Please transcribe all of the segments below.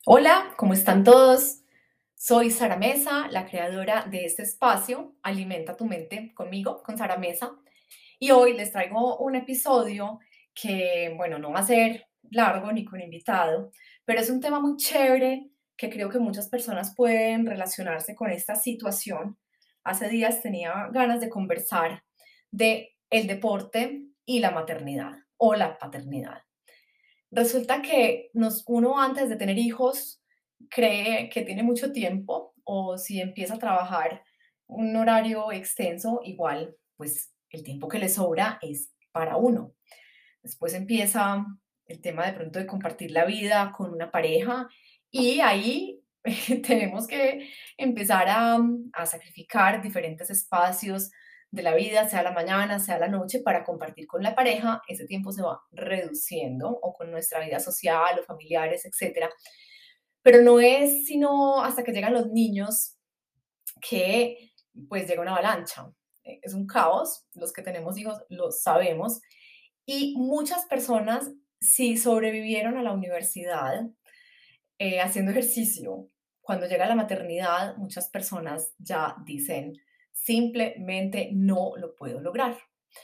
Hola, ¿cómo están todos? Soy Sara Mesa, la creadora de este espacio, Alimenta tu mente conmigo, con Sara Mesa. Y hoy les traigo un episodio que, bueno, no va a ser largo ni con invitado, pero es un tema muy chévere que creo que muchas personas pueden relacionarse con esta situación. Hace días tenía ganas de conversar de el deporte y la maternidad o la paternidad. Resulta que uno antes de tener hijos cree que tiene mucho tiempo o si empieza a trabajar un horario extenso, igual pues el tiempo que le sobra es para uno. Después empieza el tema de pronto de compartir la vida con una pareja y ahí tenemos que empezar a sacrificar diferentes espacios de la vida, sea la mañana, sea la noche, para compartir con la pareja. Ese tiempo se va reduciendo o con nuestra vida social o familiares, etcétera. Pero no es sino hasta que llegan los niños que pues llega una avalancha. Es un caos, los que tenemos hijos lo sabemos, y muchas personas, si sobrevivieron a la universidad haciendo ejercicio, cuando llega la maternidad, muchas personas ya dicen, simplemente no lo puedo lograr.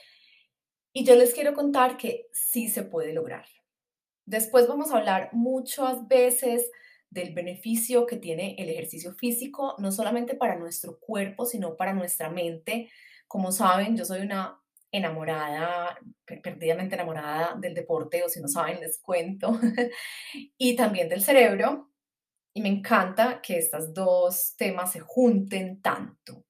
Y yo les quiero contar que sí se puede lograr. Después vamos a hablar muchas veces del beneficio que tiene el ejercicio físico, no solamente para nuestro cuerpo, sino para nuestra mente. Como saben, yo soy una enamorada, perdidamente enamorada del deporte, o si no saben, les cuento, y también del cerebro. Y me encanta que estos dos temas se junten tanto.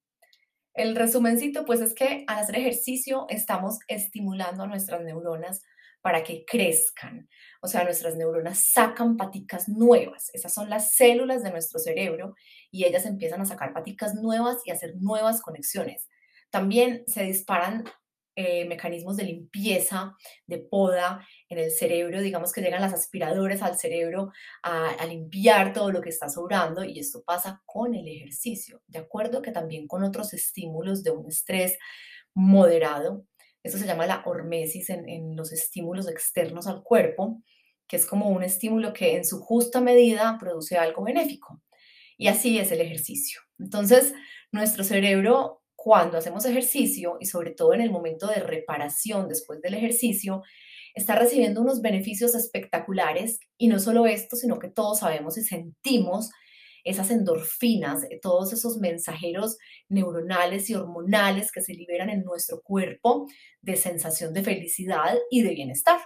El resumencito, pues es que al hacer ejercicio estamos estimulando a nuestras neuronas para que crezcan. O sea, nuestras neuronas sacan paticas nuevas. Esas son las células de nuestro cerebro y ellas empiezan a sacar paticas nuevas y a hacer nuevas conexiones. También se disparan mecanismos de limpieza, de poda en el cerebro. Digamos que llegan las aspiradoras al cerebro a limpiar todo lo que está sobrando, y esto pasa con el ejercicio, de acuerdo que también con otros estímulos de un estrés moderado. Eso se llama la hormesis en los estímulos externos al cuerpo, que es como un estímulo que en su justa medida produce algo benéfico. Y así es el ejercicio. Entonces, nuestro cerebro, cuando hacemos ejercicio y sobre todo en el momento de reparación después del ejercicio, está recibiendo unos beneficios espectaculares. Y no solo esto, sino que todos sabemos y sentimos esas endorfinas, todos esos mensajeros neuronales y hormonales que se liberan en nuestro cuerpo de sensación de felicidad y de bienestar.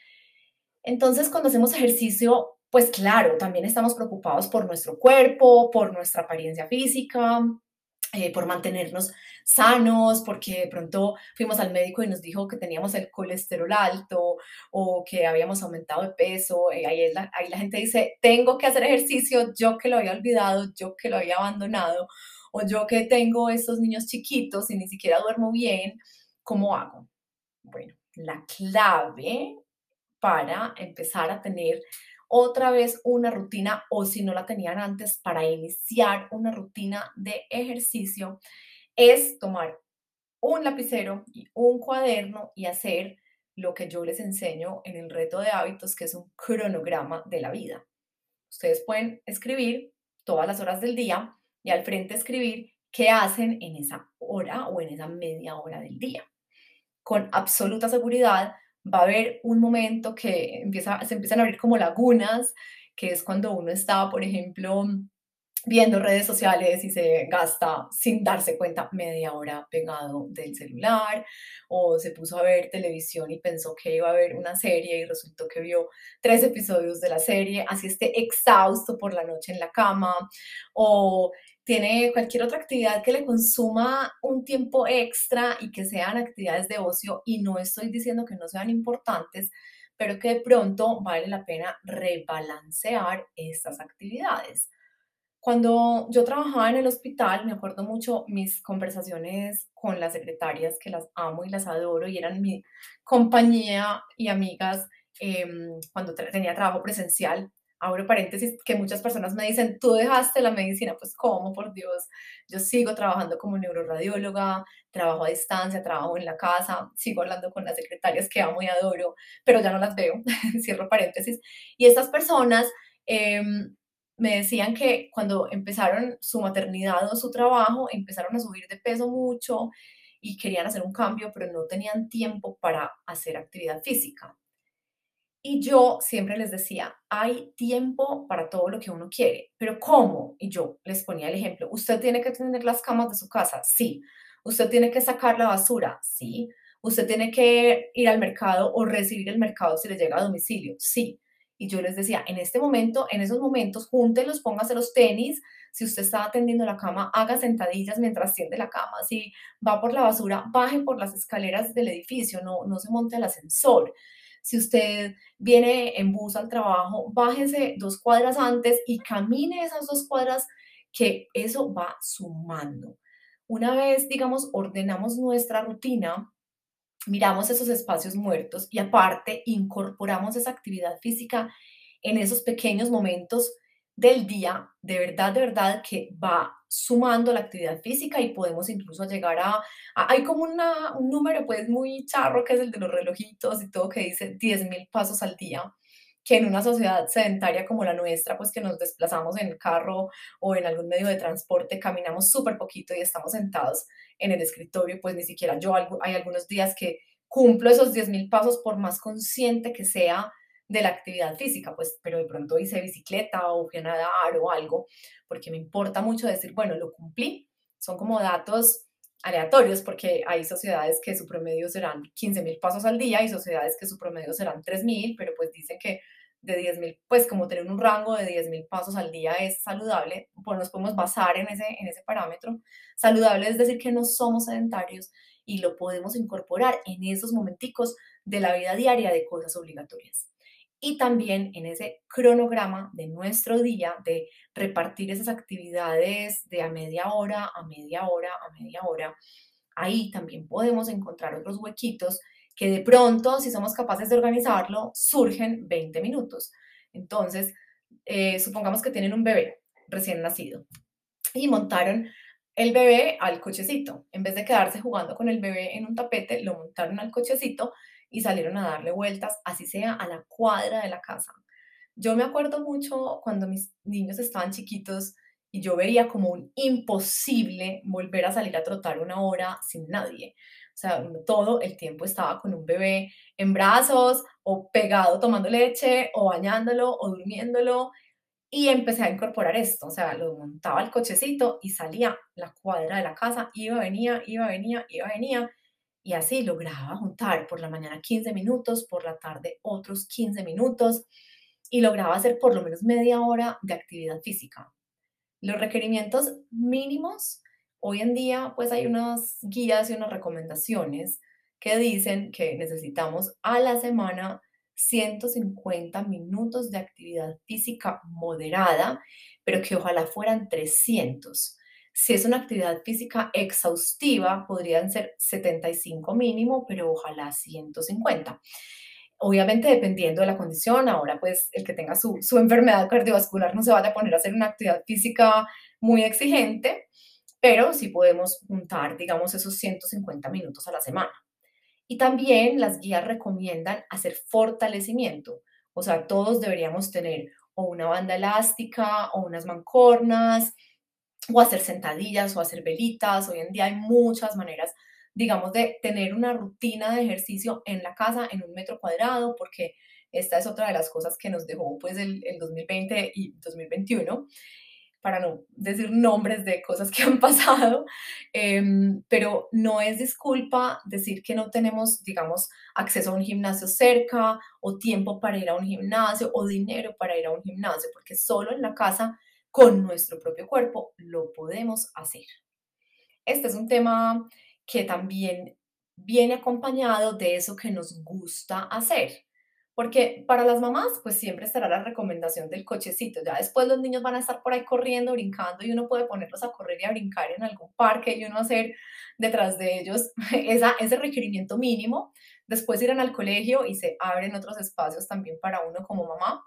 Entonces, cuando hacemos ejercicio, pues claro, también estamos preocupados por nuestro cuerpo, por nuestra apariencia física, por mantenernos sanos, porque de pronto fuimos al médico y nos dijo que teníamos el colesterol alto o que habíamos aumentado de peso. Ahí la gente dice, tengo que hacer ejercicio, yo que lo había olvidado, yo que lo había abandonado, o yo que tengo estos niños chiquitos y ni siquiera duermo bien, ¿cómo hago? Bueno, la clave para empezar a tener otra vez una rutina, o si no la tenían antes, para iniciar una rutina de ejercicio, es tomar un lapicero y un cuaderno y hacer lo que yo les enseño en el reto de hábitos, que es un cronograma de la vida. Ustedes pueden escribir todas las horas del día y al frente escribir qué hacen en esa hora o en esa media hora del día. Con absoluta seguridad va a haber un momento que se empiezan a abrir como lagunas, que es cuando uno está, por ejemplo, viendo redes sociales y se gasta sin darse cuenta media hora pegado del celular, o se puso a ver televisión y pensó que iba a ver una serie y resultó que vio 3 episodios de la serie, así esté exhausto por la noche en la cama, o tiene cualquier otra actividad que le consuma un tiempo extra y que sean actividades de ocio, y no estoy diciendo que no sean importantes, pero que de pronto vale la pena rebalancear estas actividades. Cuando yo trabajaba en el hospital, me acuerdo mucho mis conversaciones con las secretarias, que las amo y las adoro, y eran mi compañía y amigas cuando tenía trabajo presencial. Abro paréntesis, que muchas personas me dicen, tú dejaste la medicina, pues ¿cómo? Por Dios, yo sigo trabajando como neuroradióloga, trabajo a distancia, trabajo en la casa, sigo hablando con las secretarias que amo y adoro, pero ya no las veo, cierro paréntesis. Y estas personas me decían que cuando empezaron su maternidad o su trabajo, empezaron a subir de peso mucho y querían hacer un cambio, pero no tenían tiempo para hacer actividad física. Y yo siempre les decía, hay tiempo para todo lo que uno quiere, pero ¿cómo? Y yo les ponía el ejemplo, usted tiene que tener las camas de su casa, sí. Usted tiene que sacar la basura, sí. Usted tiene que ir al mercado o recibir el mercado si le llega a domicilio, sí. Y yo les decía, en este momento, en esos momentos, júntelos, póngase los tenis. Si usted está atendiendo la cama, haga sentadillas mientras tiende la cama. Si va por la basura, baje por las escaleras del edificio, no se monte al ascensor. Si usted viene en bus al trabajo, bájese 2 cuadras antes y camine esas 2 cuadras, que eso va sumando. Una vez, digamos, ordenamos nuestra rutina, miramos esos espacios muertos y aparte incorporamos esa actividad física en esos pequeños momentos del día, de verdad que va sumando la actividad física y podemos incluso llegar hay como un número pues muy charro que es el de los relojitos y todo que dice 10.000 pasos al día, que en una sociedad sedentaria como la nuestra, pues que nos desplazamos en carro o en algún medio de transporte, caminamos súper poquito y estamos sentados en el escritorio, pues ni siquiera yo, hay algunos días que cumplo esos 10.000 pasos por más consciente que sea de la actividad física, pues, pero de pronto hice bicicleta o fui a nadar o algo, porque me importa mucho decir, bueno, lo cumplí. Son como datos aleatorios, porque hay sociedades que su promedio serán 15.000 pasos al día y sociedades que su promedio serán 3.000, pero pues dicen que de 10.000, pues como tener un rango de 10.000 pasos al día es saludable, pues nos podemos basar en ese parámetro. Saludable es decir que no somos sedentarios y lo podemos incorporar en esos momenticos de la vida diaria de cosas obligatorias. Y también en ese cronograma de nuestro día, de repartir esas actividades de a media hora, a media hora, a media hora, ahí también podemos encontrar otros huequitos que de pronto, si somos capaces de organizarlo, surgen 20 minutos. Entonces, supongamos que tienen un bebé recién nacido y montaron el bebé al cochecito. En vez de quedarse jugando con el bebé en un tapete, lo montaron al cochecito y salieron a darle vueltas, así sea a la cuadra de la casa. Yo me acuerdo mucho cuando mis niños estaban chiquitos y yo veía como un imposible volver a salir a trotar 1 hora sin nadie. O sea, uno todo el tiempo estaba con un bebé en brazos o pegado tomando leche o bañándolo o durmiéndolo y empecé a incorporar esto, o sea, lo montaba el cochecito y salía la cuadra de la casa, iba, venía, iba, venía, iba, venía, y así lograba juntar por la mañana 15 minutos, por la tarde otros 15 minutos, y lograba hacer por lo menos media hora de actividad física. Los requerimientos mínimos, hoy en día, pues hay unas guías y unas recomendaciones que dicen que necesitamos a la semana 150 minutos de actividad física moderada, pero que ojalá fueran 300. Si es una actividad física exhaustiva, podrían ser 75 mínimo, pero ojalá 150. Obviamente, dependiendo de la condición, ahora pues el que tenga su enfermedad cardiovascular no se vaya a poner a hacer una actividad física muy exigente, pero sí podemos juntar, digamos, esos 150 minutos a la semana. Y también las guías recomiendan hacer fortalecimiento, o sea, todos deberíamos tener o una banda elástica o unas mancuernas o hacer sentadillas o hacer velitas. Hoy en día hay muchas maneras, digamos, de tener una rutina de ejercicio en la casa en 1 metro cuadrado, porque esta es otra de las cosas que nos dejó pues el 2020 y 2021, para no decir nombres de cosas que han pasado, pero no es disculpa decir que no tenemos, digamos, acceso a un gimnasio cerca o tiempo para ir a un gimnasio o dinero para ir a un gimnasio, porque solo en la casa, con nuestro propio cuerpo, lo podemos hacer. Este es un tema que también viene acompañado de eso que nos gusta hacer. Porque para las mamás, pues siempre estará la recomendación del cochecito. Ya después los niños van a estar por ahí corriendo, brincando y uno puede ponerlos a correr y a brincar en algún parque y uno hacer detrás de ellos ese requerimiento mínimo. Después irán al colegio y se abren otros espacios también para uno como mamá.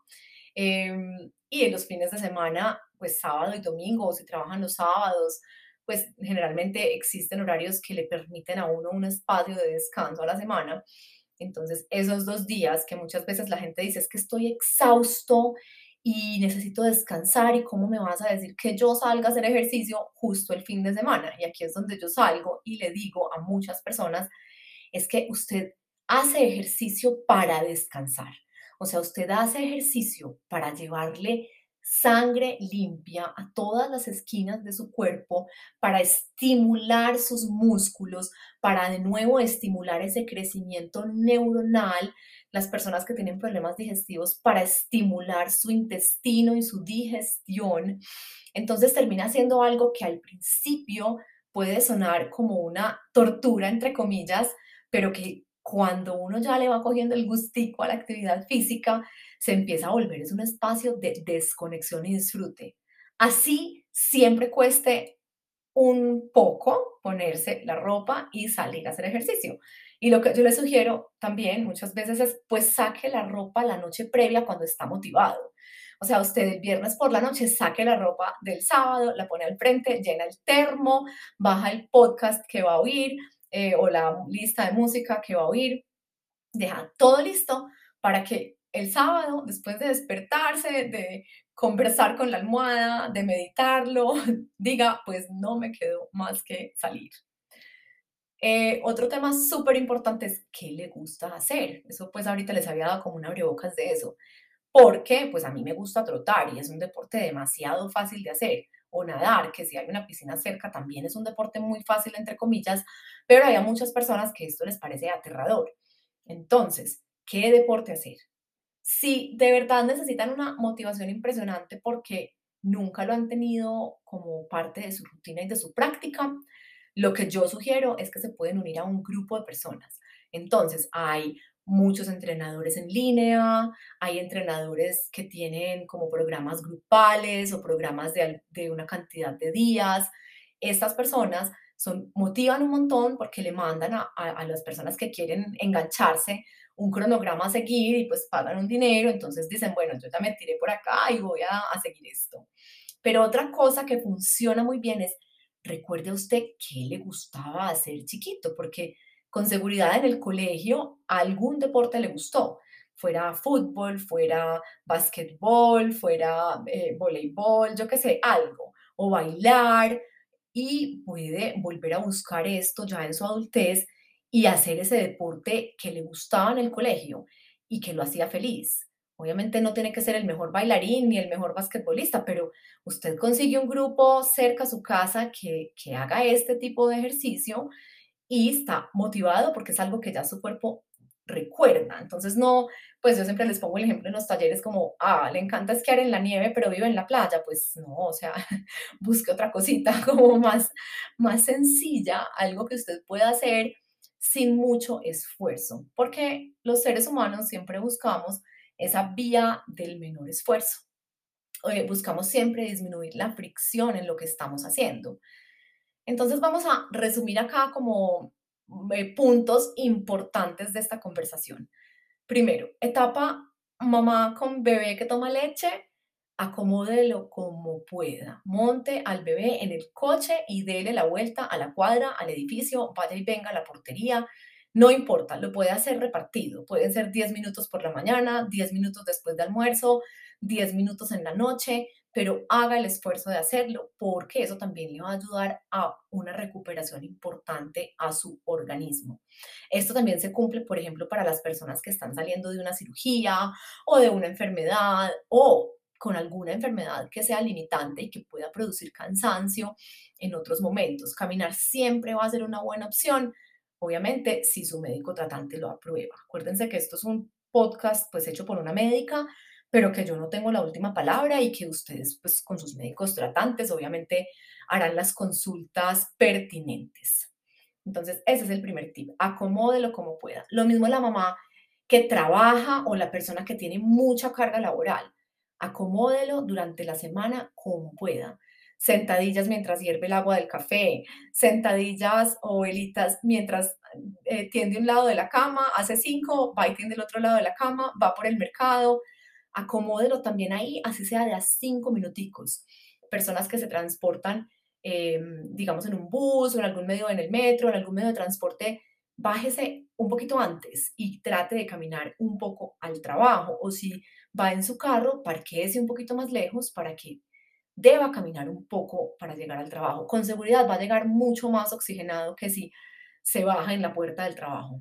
Y en los fines de semana, pues sábado y domingo, o si trabajan los sábados, pues generalmente existen horarios que le permiten a uno un espacio de descanso a la semana. Entonces, esos 2 días que muchas veces la gente dice es que estoy exhausto y necesito descansar y cómo me vas a decir que yo salga a hacer ejercicio justo el fin de semana. Y aquí es donde yo salgo y le digo a muchas personas, es que usted hace ejercicio para descansar. O sea, usted hace ejercicio para llevarle sangre limpia a todas las esquinas de su cuerpo, para estimular sus músculos, para de nuevo estimular ese crecimiento neuronal, las personas que tienen problemas digestivos, para estimular su intestino y su digestión. Entonces termina siendo algo que al principio puede sonar como una tortura, entre comillas, pero que cuando uno ya le va cogiendo el gustico a la actividad física, se empieza a volver, es un espacio de desconexión y disfrute. Así siempre cueste un poco ponerse la ropa y salir a hacer ejercicio. Y lo que yo le sugiero también muchas veces es, pues saque la ropa la noche previa cuando está motivado. O sea, usted el viernes por la noche saque la ropa del sábado, la pone al frente, llena el termo, baja el podcast que va a oír o la lista de música que va a oír, deja todo listo para que el sábado, después de despertarse, de conversar con la almohada, de meditarlo, diga, pues no me quedó más que salir. Otro tema súper importante es qué le gusta hacer. Eso pues ahorita les había dado como un abrebocas de eso. Porque pues a mí me gusta trotar y es un deporte demasiado fácil de hacer. O nadar, que si hay una piscina cerca también es un deporte muy fácil, entre comillas, pero hay a muchas personas que esto les parece aterrador. Entonces, ¿qué deporte hacer? Si de verdad necesitan una motivación impresionante porque nunca lo han tenido como parte de su rutina y de su práctica, lo que yo sugiero es que se pueden unir a un grupo de personas. Entonces, hay muchos entrenadores en línea, hay entrenadores que tienen como programas grupales o programas de una cantidad de días. Estas personas motivan un montón porque le mandan a las personas que quieren engancharse un cronograma a seguir y pues pagan un dinero, entonces dicen, bueno, yo ya me tiré por acá y voy a seguir esto. Pero otra cosa que funciona muy bien es, recuerde a usted qué le gustaba hacer chiquito, porque con seguridad en el colegio algún deporte le gustó, fuera fútbol, fuera basquetbol, fuera voleibol, yo qué sé, algo, o bailar, y puede volver a buscar esto ya en su adultez y hacer ese deporte que le gustaba en el colegio y que lo hacía feliz. Obviamente no tiene que ser el mejor bailarín ni el mejor basquetbolista, pero usted consigue un grupo cerca a su casa que haga este tipo de ejercicio y está motivado porque es algo que ya su cuerpo recuerda. Entonces, no, pues yo siempre les pongo el ejemplo en los talleres como, le encanta esquiar en la nieve, pero vive en la playa. Pues no, o sea, busque otra cosita como más sencilla, algo que usted pueda hacer sin mucho esfuerzo, porque los seres humanos siempre buscamos esa vía del menor esfuerzo. Buscamos siempre disminuir la fricción en lo que estamos haciendo. Entonces vamos a resumir acá como puntos importantes de esta conversación. Primero, etapa mamá con bebé que toma leche, acomódelo como pueda. Monte al bebé en el coche y dele la vuelta a la cuadra, al edificio, vaya y venga a la portería. No importa, lo puede hacer repartido. Pueden ser 10 minutos por la mañana, 10 minutos después de almuerzo, 10 minutos en la noche, pero haga el esfuerzo de hacerlo porque eso también le va a ayudar a una recuperación importante a su organismo. Esto también se cumple, por ejemplo, para las personas que están saliendo de una cirugía o de una enfermedad o con alguna enfermedad que sea limitante y que pueda producir cansancio en otros momentos. Caminar siempre va a ser una buena opción, obviamente, si su médico tratante lo aprueba. Acuérdense que esto es un podcast pues hecho por una médica, pero que yo no tengo la última palabra y que ustedes pues con sus médicos tratantes obviamente harán las consultas pertinentes. Entonces, ese es el primer tip, acomódelo como pueda. Lo mismo la mamá que trabaja o la persona que tiene mucha carga laboral, acomódelo durante la semana como pueda. Sentadillas mientras hierve el agua del café, sentadillas o velitas mientras tiende un lado de la cama, hace 5, va y tiende el otro lado de la cama, va por el mercado, acomódelo también ahí, así sea de a 5 minuticos. Personas que se transportan digamos, en un bus o en algún medio, en el metro, en algún medio de transporte, bájese un poquito antes y trate de caminar un poco al trabajo. O si va en su carro, parquéese un poquito más lejos para que deba caminar un poco para llegar al trabajo. Con seguridad va a llegar mucho más oxigenado que si se baja en la puerta del trabajo.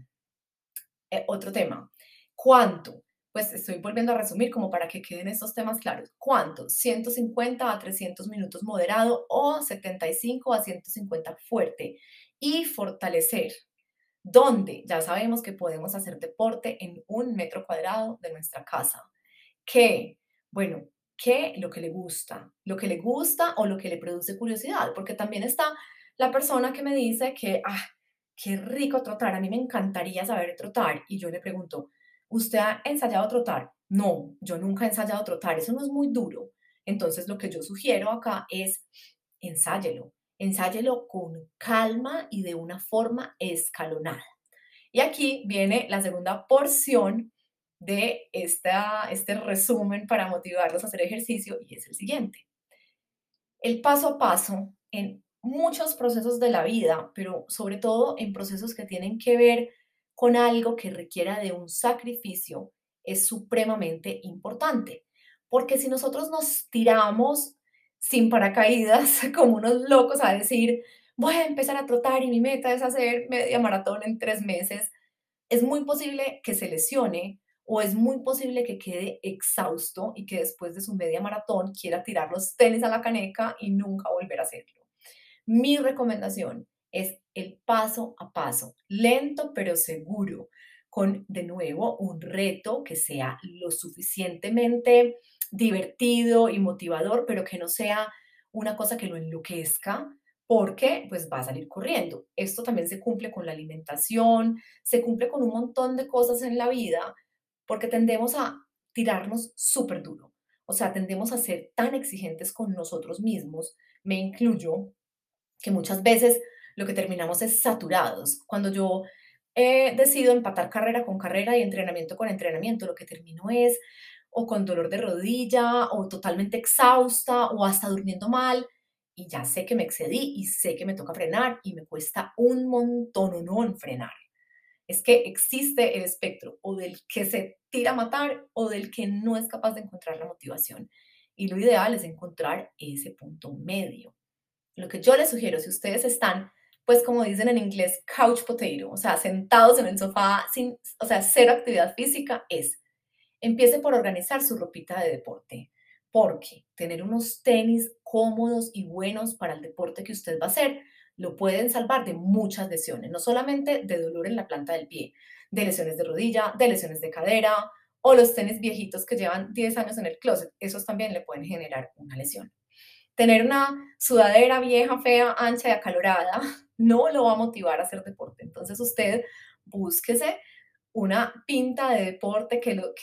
Otro tema, ¿cuánto? Pues estoy volviendo a resumir como para que queden estos temas claros. ¿Cuánto? 150 a 300 minutos moderado o 75 a 150 fuerte. Y fortalecer. ¿Dónde? Ya sabemos que podemos hacer deporte en 1 metro cuadrado de nuestra casa. ¿Qué? Bueno, ¿qué? Lo que le gusta o lo que le produce curiosidad, porque también está la persona que me dice que, qué rico trotar, a mí me encantaría saber trotar. Y yo le pregunto, ¿usted ha ensayado trotar? No, yo nunca he ensayado trotar, eso no es muy duro. Entonces, lo que yo sugiero acá es, ensáyelo, ensáyelo con calma y de una forma escalonada. Y aquí viene la segunda porción de este resumen para motivarlos a hacer ejercicio y es el siguiente. El paso a paso en muchos procesos de la vida, pero sobre todo en procesos que tienen que ver con algo que requiera de un sacrificio, es supremamente importante. Porque si nosotros nos tiramos sin paracaídas como unos locos a decir, voy a empezar a trotar y mi meta es hacer media maratón en 3 meses, es muy posible que se lesione o es muy posible que quede exhausto y que después de su media maratón quiera tirar los tenis a la caneca y nunca volver a hacerlo. Mi recomendación es el paso a paso, lento pero seguro, con de nuevo un reto que sea lo suficientemente divertido y motivador, pero que no sea una cosa que lo enloquezca, porque pues va a salir corriendo. Esto también se cumple con la alimentación, se cumple con un montón de cosas en la vida, porque tendemos a tirarnos súper duro. O sea, tendemos a ser tan exigentes con nosotros mismos, me incluyo, que muchas veces lo que terminamos es saturados. Cuando yo decido empatar carrera con carrera y entrenamiento con entrenamiento, lo que termino es o con dolor de rodilla o totalmente exhausta o hasta durmiendo mal y ya sé que me excedí y sé que me toca frenar y me cuesta un montón no frenar. Es que existe el espectro o del que se tira a matar o del que no es capaz de encontrar la motivación. Y lo ideal es encontrar ese punto medio. Lo que yo les sugiero, si ustedes están, pues como dicen en inglés, couch potato, o sea, sentados en el sofá sin, o sea, cero actividad física, es empiece por organizar su ropita de deporte, porque tener unos tenis cómodos y buenos para el deporte que usted va a hacer lo pueden salvar de muchas lesiones, no solamente de dolor en la planta del pie, de lesiones de rodilla, de lesiones de cadera o los tenis viejitos que llevan 10 años en el closet, esos también le pueden generar una lesión. Tener una sudadera vieja, fea, ancha y acalorada no lo va a motivar a hacer deporte. Entonces usted búsquese una pinta de deporte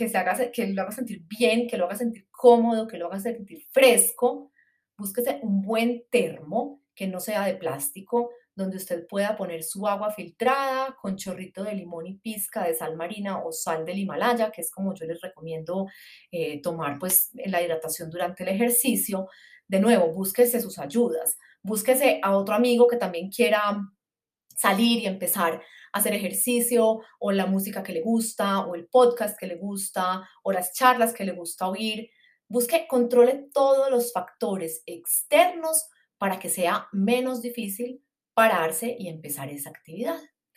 que lo haga sentir bien, que lo haga sentir cómodo, que lo haga sentir fresco. Búsquese un buen termo que no sea de plástico, donde usted pueda poner su agua filtrada con chorrito de limón y pizca de sal marina o sal del Himalaya, que es como yo les recomiendo tomar pues la hidratación durante el ejercicio. De nuevo, búsquese sus ayudas, búsquese a otro amigo que también quiera salir y empezar a hacer ejercicio o la música que le gusta o el podcast que le gusta o las charlas que le gusta oír. Busque, controle todos los factores externos para que sea menos difícil pararse y empezar esa actividad.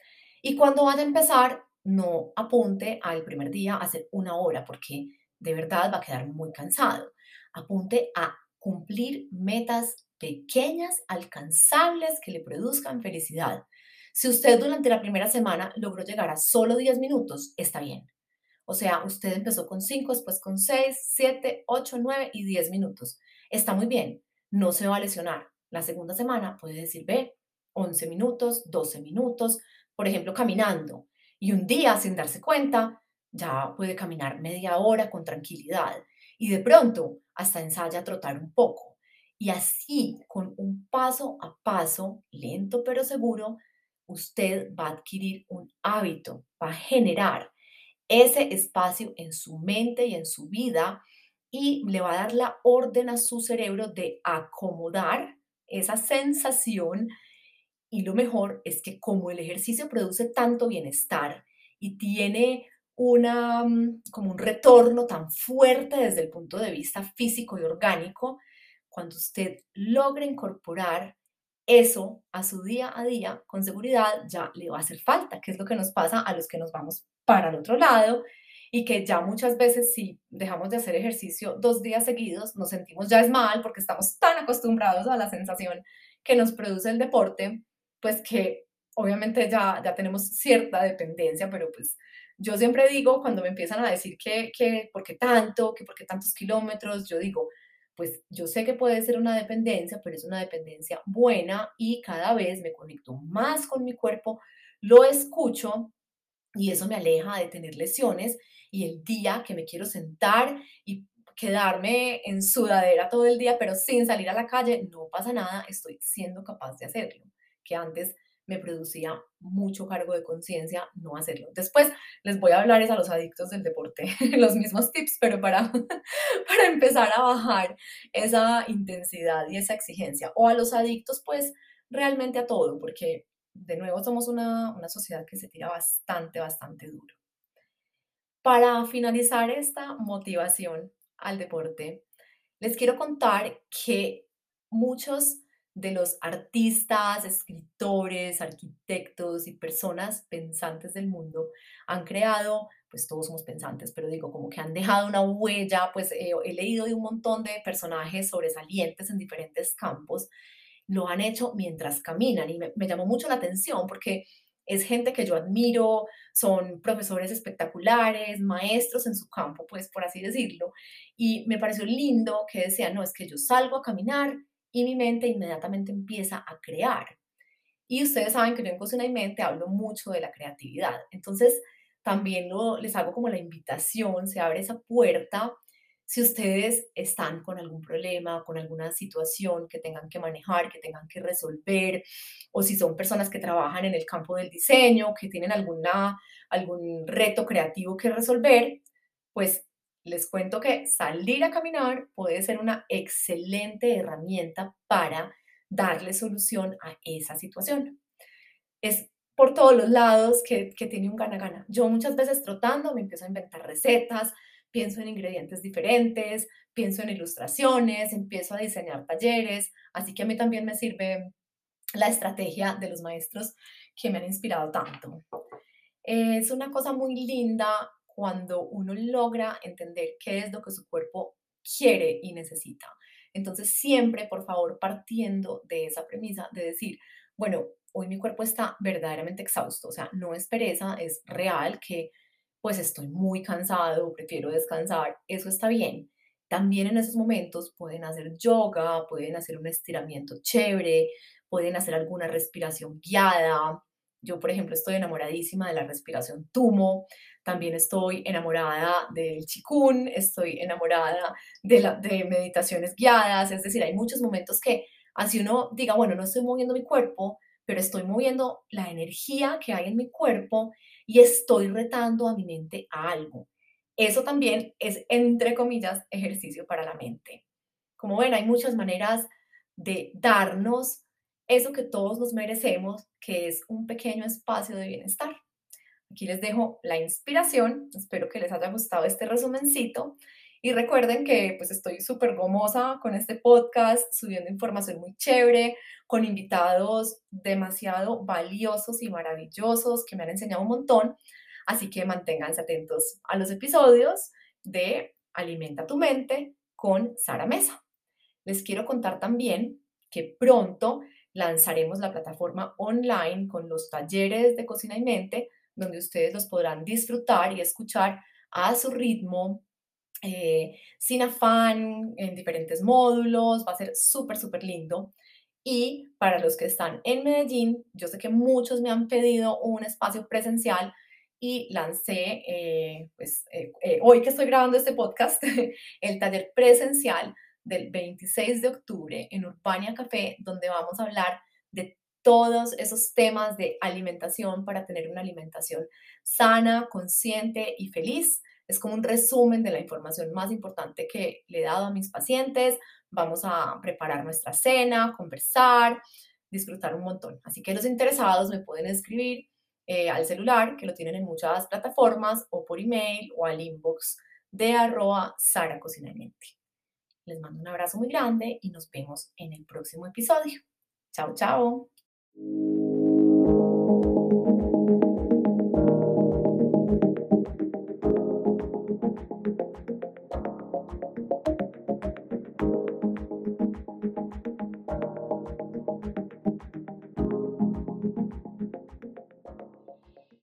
Y cuando vaya a empezar, no apunte al primer día a hacer 1 hora porque de verdad va a quedar muy cansado. Apunte a cumplir metas pequeñas, alcanzables, que le produzcan felicidad. Si usted durante la primera semana logró llegar a solo 10 minutos, está bien. O sea, usted empezó con 5, después con 6, 7, 8, 9 y 10 minutos. Está muy bien, no se va a lesionar. La segunda semana puede decir, ve, 11 minutos, 12 minutos, por ejemplo, caminando. Y un día, sin darse cuenta, ya puede caminar media hora con tranquilidad. Y de pronto, hasta ensaya a trotar un poco. Y así, con un paso a paso, lento pero seguro, usted va a adquirir un hábito, va a generar ese espacio en su mente y en su vida y le va a dar la orden a su cerebro de acomodar esa sensación y lo mejor es que como el ejercicio produce tanto bienestar y tiene como un retorno tan fuerte desde el punto de vista físico y orgánico, cuando usted logra incorporar eso a su día a día, con seguridad ya le va a hacer falta, que es lo que nos pasa a los que nos vamos para el otro lado y que ya muchas veces si dejamos de hacer ejercicio 2 días seguidos, nos sentimos ya es mal porque estamos tan acostumbrados a la sensación que nos produce el deporte, pues que obviamente ya tenemos cierta dependencia, pero pues yo siempre digo cuando me empiezan a decir que por qué tanto, que por qué tantos kilómetros, yo digo, pues yo sé que puede ser una dependencia, pero es una dependencia buena y cada vez me conecto más con mi cuerpo, lo escucho y eso me aleja de tener lesiones y el día que me quiero sentar y quedarme en sudadera todo el día, pero sin salir a la calle, no pasa nada, estoy siendo capaz de hacerlo, que antes me producía mucho cargo de conciencia no hacerlo. Después les voy a hablar es a los adictos del deporte, los mismos tips, pero para, para empezar a bajar esa intensidad y esa exigencia. O a los adictos, pues realmente a todo, porque de nuevo somos una sociedad que se tira bastante, bastante duro. Para finalizar esta motivación al deporte, les quiero contar que muchos de los artistas, escritores, arquitectos y personas pensantes del mundo han creado, pues todos somos pensantes, pero digo, como que han dejado una huella, pues he leído de un montón de personajes sobresalientes en diferentes campos, lo han hecho mientras caminan y me llamó mucho la atención porque es gente que yo admiro, son profesores espectaculares, maestros en su campo, pues por así decirlo, y me pareció lindo que decían, no, es que yo salgo a caminar y mi mente inmediatamente empieza a crear. Y ustedes saben que yo en Cocina y Mente hablo mucho de la creatividad. Entonces, también les hago como la invitación, se abre esa puerta. Si ustedes están con algún problema, con alguna situación que tengan que manejar, que tengan que resolver, o si son personas que trabajan en el campo del diseño, que tienen algún reto creativo que resolver, pues les cuento que salir a caminar puede ser una excelente herramienta para darle solución a esa situación. Es por todos los lados que tiene un gana-gana. Yo muchas veces trotando me empiezo a inventar recetas, pienso en ingredientes diferentes, pienso en ilustraciones, empiezo a diseñar talleres, así que a mí también me sirve la estrategia de los maestros que me han inspirado tanto. Es una cosa muy linda cuando uno logra entender qué es lo que su cuerpo quiere y necesita. Entonces, siempre, por favor, partiendo de esa premisa de decir, bueno, hoy mi cuerpo está verdaderamente exhausto, o sea, no es pereza, es real que pues estoy muy cansado, prefiero descansar, eso está bien. También en esos momentos pueden hacer yoga, pueden hacer un estiramiento chévere, pueden hacer alguna respiración guiada, yo, por ejemplo, estoy enamoradísima de la respiración Tumo, también estoy enamorada del Qigong, estoy enamorada de meditaciones guiadas, es decir, hay muchos momentos que así uno diga, bueno, no estoy moviendo mi cuerpo, pero estoy moviendo la energía que hay en mi cuerpo y estoy retando a mi mente a algo. Eso también es, entre comillas, ejercicio para la mente. Como ven, hay muchas maneras de darnos eso que todos nos merecemos, que es un pequeño espacio de bienestar. Aquí les dejo la inspiración, espero que les haya gustado este resumencito y recuerden que pues estoy súper gomosa con este podcast, subiendo información muy chévere, con invitados demasiado valiosos y maravillosos que me han enseñado un montón, así que manténganse atentos a los episodios de Alimenta tu mente con Sara Mesa. Les quiero contar también que pronto lanzaremos la plataforma online con los talleres de cocina y mente, donde ustedes los podrán disfrutar y escuchar a su ritmo, sin afán, en diferentes módulos. Va a ser súper, súper lindo. Y para los que están en Medellín, yo sé que muchos me han pedido un espacio presencial y lancé, hoy que estoy grabando este podcast, el taller presencial del 26 de octubre en Urbania Café, donde vamos a hablar de todos esos temas de alimentación para tener una alimentación sana, consciente y feliz. Es como un resumen de la información más importante que le he dado a mis pacientes. Vamos a preparar nuestra cena, conversar, disfrutar un montón. Así que los interesados me pueden escribir al celular, que lo tienen en muchas plataformas, o por email o al inbox de @Sara Cocina en Mente. Les mando un abrazo muy grande y nos vemos en el próximo episodio. Chao, chao.